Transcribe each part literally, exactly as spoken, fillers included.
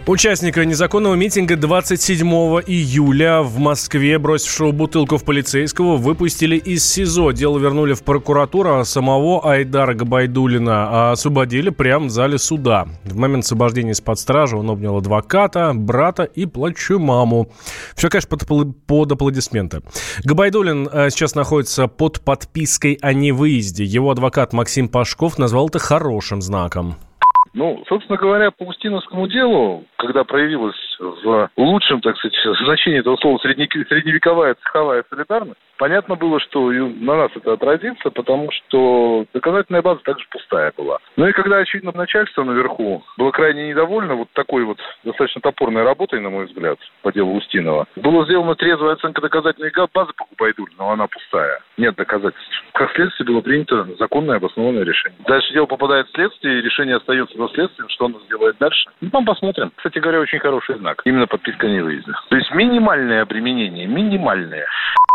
Участника незаконного митинга двадцать седьмого июля в Москве, бросившего бутылку в полицейского, выпустили из СИЗО. Дело вернули в прокуратуру, а самого Айдара Габайдуллина освободили прямо в зале суда. В момент освобождения из-под стражи он обнял адвоката, брата и плачущую маму. Все, конечно, под, под аплодисменты. Габайдуллин сейчас находится под подпиской о невыезде. Его адвокат Максим Пашков назвал это хорошим знаком. Ну, собственно говоря, по Устиновскому делу, когда проявилась в лучшем, так сказать, значении этого слова средневековая цеховая солидарность, понятно было, что на нас это отразится, потому что доказательная база также пустая была. Ну и когда, очевидно, начальство наверху было крайне недовольно вот такой вот достаточно топорной работой, на мой взгляд, по делу Устинова, была сделана трезвая оценка доказательной базы по Габайдуллину, но она пустая. Нет доказательств. Как следствие было принято законное обоснованное решение. Дальше дело попадает в следствие, и решение остается за следствием, что оно сделает дальше. Ну, там посмотрим. Кстати говоря, очень хороший знак. Именно подписка о невыезде. То есть минимальное обременение, минимальное.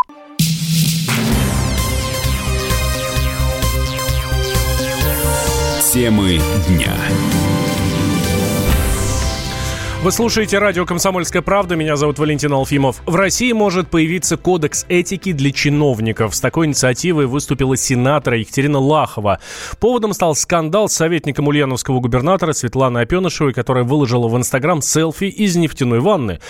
Темы дня. Вы слушаете радио «Комсомольская правда». Меня зовут Валентин Алфимов. В России может появиться кодекс этики для чиновников. С такой инициативой выступила сенатор Екатерина Лахова. Поводом стал скандал с советником ульяновского губернатора Светланой Опенышевой, которая выложила в Инстаграм селфи из нефтяной ванны.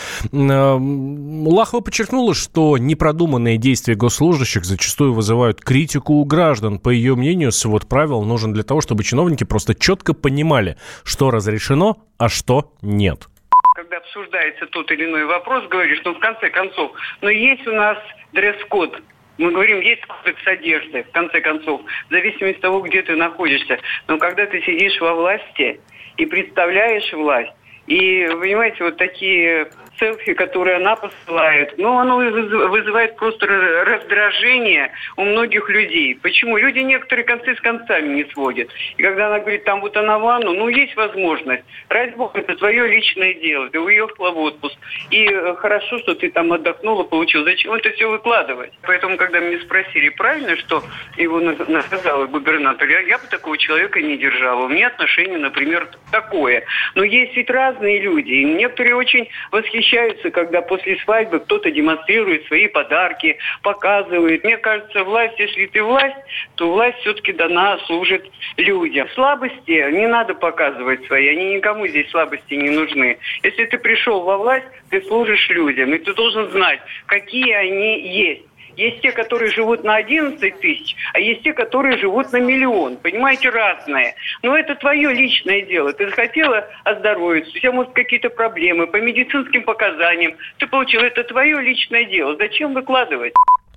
Лахова подчеркнула, что непродуманные действия госслужащих зачастую вызывают критику у граждан. По ее мнению, свод правил нужен для того, чтобы чиновники просто четко понимали, что разрешено, а что нет. Когда обсуждается тот или иной вопрос, говоришь, ну, в конце концов, но есть у нас дресс-код. Мы говорим, есть кодекс одежды, в конце концов, в зависимости от того, где ты находишься. Но когда ты сидишь во власти и представляешь власть, и, понимаете, вот такие селфи, которые она посылает, ну, оно вызывает просто раздражение у многих людей. Почему? Люди некоторые концы с концами не сводят. И когда она говорит, там вот она ванну, ну, есть возможность. Ради бога, это твое личное дело. Ты уехала в отпуск. И хорошо, что ты там отдохнула, получила. Зачем это все выкладывать? Поэтому, когда меня спросили, правильно, что его наказал губернатор, я, я бы такого человека не держала. У меня отношение, например, такое. Но есть ведь разные люди. И некоторые очень восхищаются, когда после свадьбы кто-то демонстрирует свои подарки, показывает. Мне кажется, власть, если ты власть, то власть все-таки дана, служит людям. Слабости не надо показывать свои, они никому здесь слабости не нужны. Если ты пришел во власть, ты служишь людям, и ты должен знать, какие они есть. Есть те, которые живут на одиннадцать тысяч, а есть те, которые живут на миллион. Понимаете, разные. Но это твое личное дело. Ты захотела оздоровиться, у тебя, может, какие-то проблемы по медицинским показаниям. Ты получил, это твое личное дело. Зачем выкладывать?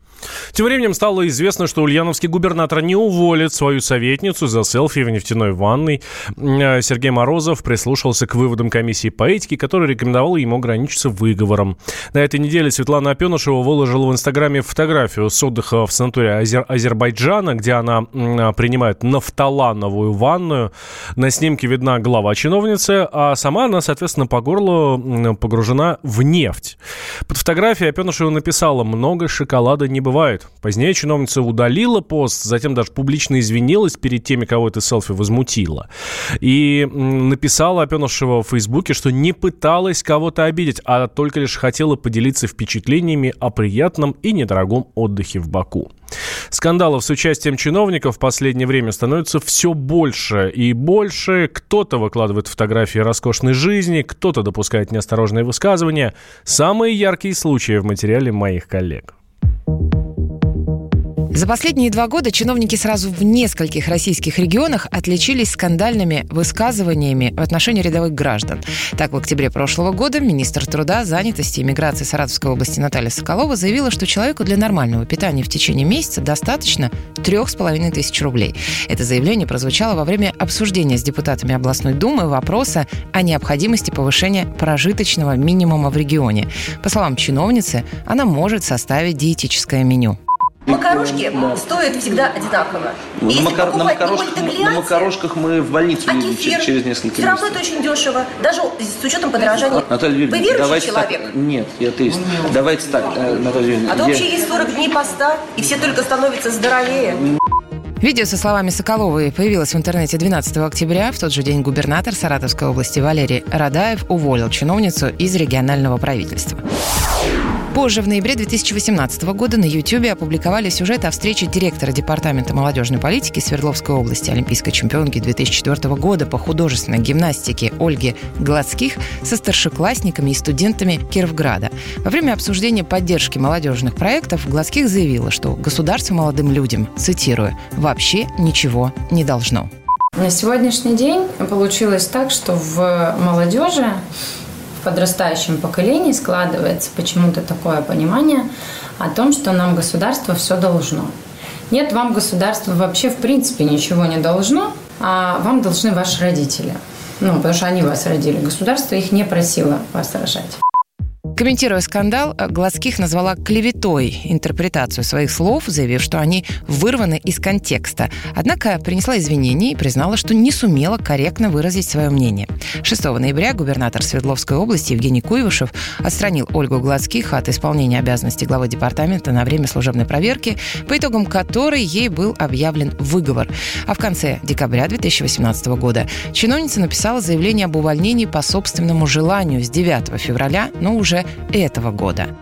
Тем временем стало известно, что ульяновский губернатор не уволит свою советницу за селфи в нефтяной ванной. Сергей Морозов прислушался к выводам комиссии по этике, которая рекомендовала ему ограничиться выговором. На этой неделе Светлана Опенышева выложила в Инстаграме фотографию с отдыха в санатории Азер- Азербайджана, где она принимает нафталановую ванную. На снимке видна голова чиновницы, а сама она, соответственно, по горло погружена в нефть. Под фотографией Опенышева написала: «Много шоколада не бывает». Позднее чиновница удалила пост, затем даже публично извинилась перед теми, кого это селфи возмутило. И написала Опенышева в Фейсбуке, что не пыталась кого-то обидеть, а только лишь хотела поделиться впечатлениями о приятном и недорогом отдыхе в Баку. Скандалов с участием чиновников в последнее время становится все больше и больше. Кто-то выкладывает фотографии роскошной жизни, кто-то допускает неосторожные высказывания. Самые яркие случаи в материале моих коллег. За последние два года чиновники сразу в нескольких российских регионах отличились скандальными высказываниями в отношении рядовых граждан. Так, в октябре прошлого года министр труда, занятости и миграции Саратовской области Наталья Соколова заявила, что человеку для нормального питания в течение месяца достаточно трех с половиной тысяч рублей. Это заявление прозвучало во время обсуждения с депутатами областной думы вопроса о необходимости повышения прожиточного минимума в регионе. По словам чиновницы, она может составить диетическое меню. Макарошки стоят всегда одинаково. На, макар... на, макарошках, на макарошках мы в больницу а едем кефир? через несколько Все равно это очень дешево, даже с учетом подорожания. Наталья Юрьевна, вы верующий давайте человек? Так... Нет, я атеист. Давайте так, Наталья Юрьевна. А то я... вообще есть сорок дней поста, и все только становятся здоровее. Видео со словами Соколовой появилось в интернете двенадцатого октября. В тот же день губернатор Саратовской области Валерий Радаев уволил чиновницу из регионального правительства. Позже, в ноябре две тысячи восемнадцатого года, на Ютьюбе опубликовали сюжет о встрече директора Департамента молодежной политики Свердловской области, олимпийской чемпионки две тысячи четвёртого года по художественной гимнастике Ольги Гладских со старшеклассниками и студентами Кировграда. Во время обсуждения поддержки молодежных проектов Гладских заявила, что государство молодым людям, цитирую, «вообще ничего не должно». На сегодняшний день получилось так, что в молодежи, в подрастающем поколении складывается почему-то такое понимание о том, что нам государство все должно. Нет, вам государство вообще в принципе ничего не должно, а вам должны ваши родители. Ну, потому что они вас родили. Государство их не просило вас рожать. Комментируя скандал, Гладских назвала клеветой интерпретацию своих слов, заявив, что они вырваны из контекста. Однако принесла извинения и признала, что не сумела корректно выразить свое мнение. шестого ноября губернатор Свердловской области Евгений Куйвышев отстранил Ольгу Гладских от исполнения обязанностей главы департамента на время служебной проверки, по итогам которой ей был объявлен выговор. А в конце декабря две тысячи восемнадцатого года чиновница написала заявление об увольнении по собственному желанию с девятого февраля, но уже этого года.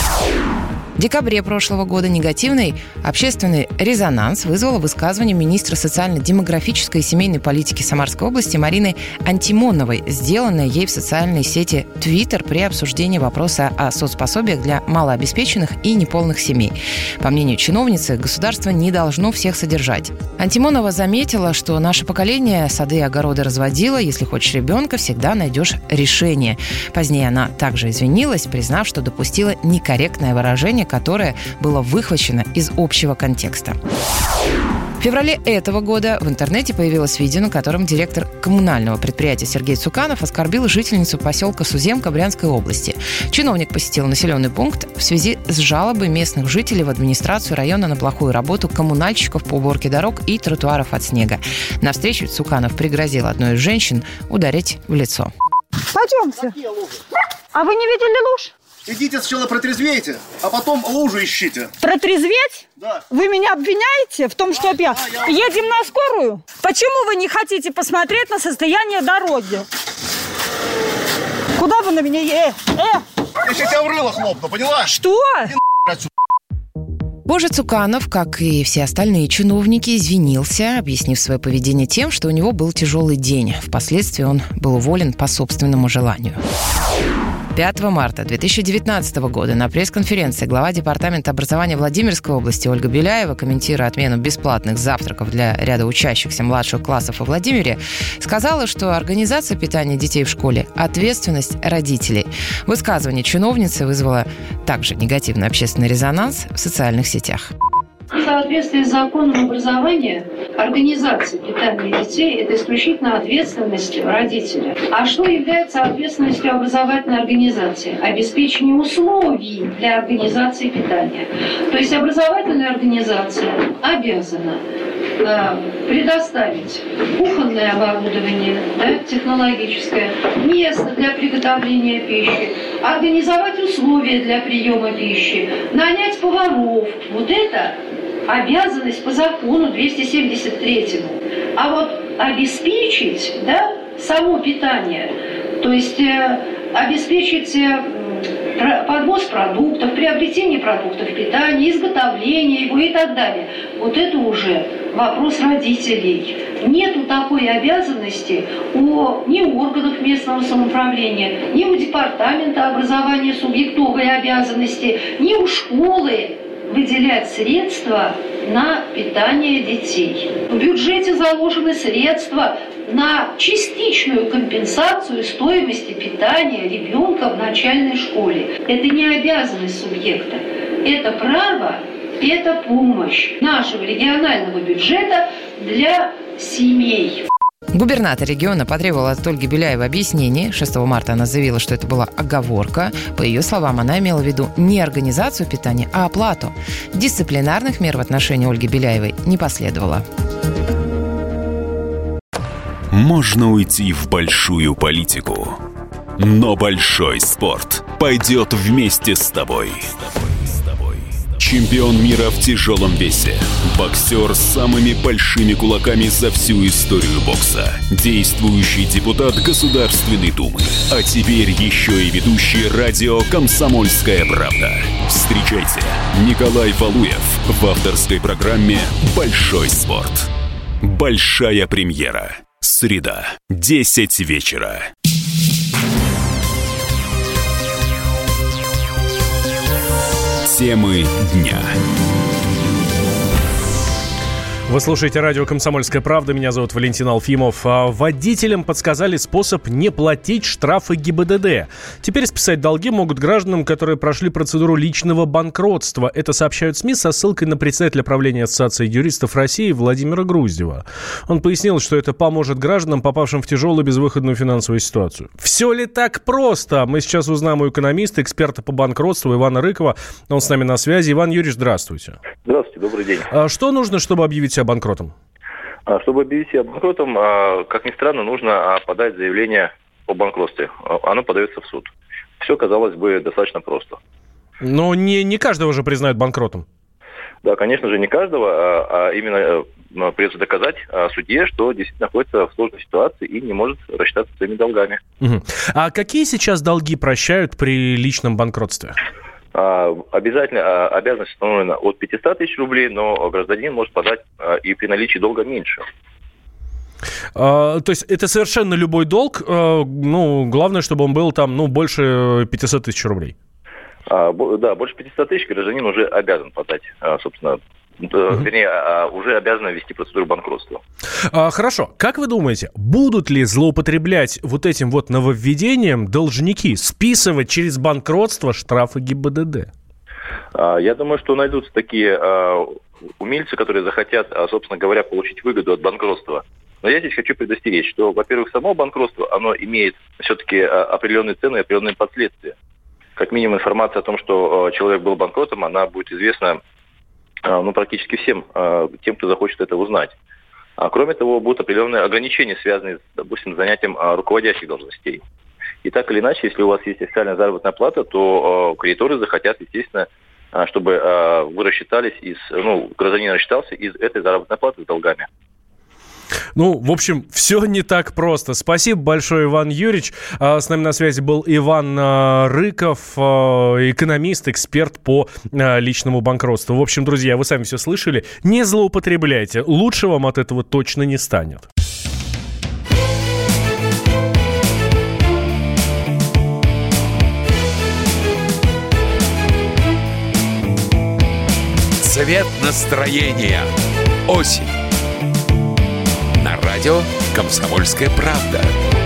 В декабре прошлого года негативный общественный резонанс вызвало высказывание министра социально-демографической и семейной политики Самарской области Марины Антимоновой, сделанное ей в социальной сети Twitter при обсуждении вопроса о соцпособиях для малообеспеченных и неполных семей. По мнению чиновницы, государство не должно всех содержать. Антимонова заметила, что наше поколение сады и огороды разводило, если хочешь ребенка, всегда найдешь решение. Позднее она также извинилась, признав, что допустила некорректное выражение, которое было выхвачено из общего контекста. В феврале этого года в интернете появилось видео, на котором директор коммунального предприятия Сергей Цуканов оскорбил жительницу поселка Суземка Брянской области. Чиновник посетил населенный пункт в связи с жалобой местных жителей в администрацию района на плохую работу коммунальщиков по уборке дорог и тротуаров от снега. На встречу Цуканов пригрозил одной из женщин ударить в лицо. Пойдемте. А вы не видели луж? Идите сначала протрезвейте, а потом лужу ищите. Протрезветь? Да. Вы меня обвиняете в том, что я... Да, я... Едем на скорую? Почему вы не хотите посмотреть на состояние дороги? Куда вы на меня... Э, э! Я сейчас тебя в рыло хлопну, поняла? Что? Позже Цуканов, как и все остальные чиновники, извинился, объяснив свое поведение тем, что у него был тяжелый день. Впоследствии он был уволен по собственному желанию. пятого марта две тысячи девятнадцатого года на пресс-конференции глава Департамента образования Владимирской области Ольга Беляева, комментируя отмену бесплатных завтраков для ряда учащихся младших классов во Владимире, сказала, что организация питания детей в школе – ответственность родителей. Высказывание чиновницы вызвало также негативный общественный резонанс в социальных сетях. В соответствии с законом образования, организация питания детей – это исключительно ответственность родителя. А что является ответственностью образовательной организации? Обеспечение условий для организации питания. То есть образовательная организация обязана э, предоставить кухонное оборудование, да, технологическое, место для приготовления пищи, организовать условия для приема пищи, нанять поваров. Вот это обязанность по закону двести семьдесят третьему. А вот обеспечить, да, само питание, то есть э, обеспечить э, подвоз продуктов, приобретение продуктов питания, изготовление его и так далее, вот это уже вопрос родителей. Нету такой обязанности у, ни у органов местного самоуправления, ни у департамента образования субъектовой обязанности, ни у школы выделять средства на питание детей. В бюджете заложены средства на частичную компенсацию стоимости питания ребенка в начальной школе. Это не обязанность субъекта, это право, это помощь нашего регионального бюджета для семей. Губернатор региона потребовал от Ольги Беляевой объяснений. шестого марта она заявила, что это была оговорка. По ее словам, она имела в виду не организацию питания, а оплату. Дисциплинарных мер в отношении Ольги Беляевой не последовало. Можно уйти в большую политику, но большой спорт пойдет вместе с тобой. Чемпион мира в тяжелом весе. Боксер с самыми большими кулаками за всю историю бокса. Действующий депутат Государственной Думы. А теперь еще и ведущий радио «Комсомольская правда». Встречайте, Николай Валуев в авторской программе «Большой спорт». Большая премьера. Среда, десять вечера. Темы дня. Вы слушаете радио «Комсомольская правда». Меня зовут Валентин Алфимов. Водителям подсказали способ не платить штрафы ГИБДД. Теперь списать долги могут гражданам, которые прошли процедуру личного банкротства. Это сообщают СМИ со ссылкой на председателя правления Ассоциации юристов России Владимира Груздева. Он пояснил, что это поможет гражданам, попавшим в тяжелую безвыходную финансовую ситуацию. Все ли так просто? Мы сейчас узнаем у экономиста, эксперта по банкротству Ивана Рыкова. Он с нами на связи. Иван Юрьевич, здравствуйте. Здравствуйте, добрый день. Что нужно, чтобы объявить себя банкротом? Чтобы объявить себя банкротом, как ни странно, нужно подать заявление о банкротстве. Оно подается в суд. Все, казалось бы, достаточно просто. Но не, не каждого же признают банкротом. Да, конечно же, не каждого, а, а именно придется доказать судье, что действительно находится в сложной ситуации и не может рассчитаться своими долгами. Угу. А какие сейчас долги прощают при личном банкротстве? А, обязательно а, обязанность установлена от пятьсот тысяч рублей, но гражданин может подать а, и при наличии долга меньше. А, то есть это совершенно любой долг, а, ну, главное, чтобы он был там, ну, больше пятьсот тысяч рублей. А, бо, да, больше пятьсот тысяч гражданин уже обязан подать, а, собственно, Uh-huh. вернее, а, уже обязаны ввести процедуру банкротства. А, хорошо. Как вы думаете, будут ли злоупотреблять вот этим вот нововведением должники, списывать через банкротство штрафы ГИБДД? А, я думаю, что найдутся такие а, умельцы, которые захотят, а, собственно говоря, получить выгоду от банкротства. Но я здесь хочу предостеречь, что, во-первых, само банкротство, оно имеет все-таки а, определенные цены и определенные последствия. Как минимум информация о том, что а, человек был банкротом, она будет известна ну, практически всем тем, кто захочет это узнать. А кроме того, будут определенные ограничения, связанные, допустим, с занятием руководящих должностей. И так или иначе, если у вас есть официальная заработная плата, то кредиторы захотят, естественно, чтобы вы рассчитались, из, ну, гражданин рассчитался из этой заработной платы с долгами. Ну, в общем, все не так просто. Спасибо большое, Иван Юрьевич. С нами на связи был Иван Рыков, экономист, эксперт по личному банкротству. В общем, друзья, вы сами все слышали. Не злоупотребляйте. Лучше вам от этого точно не станет. Цвет настроения. Осень. Радио «Комсомольская правда».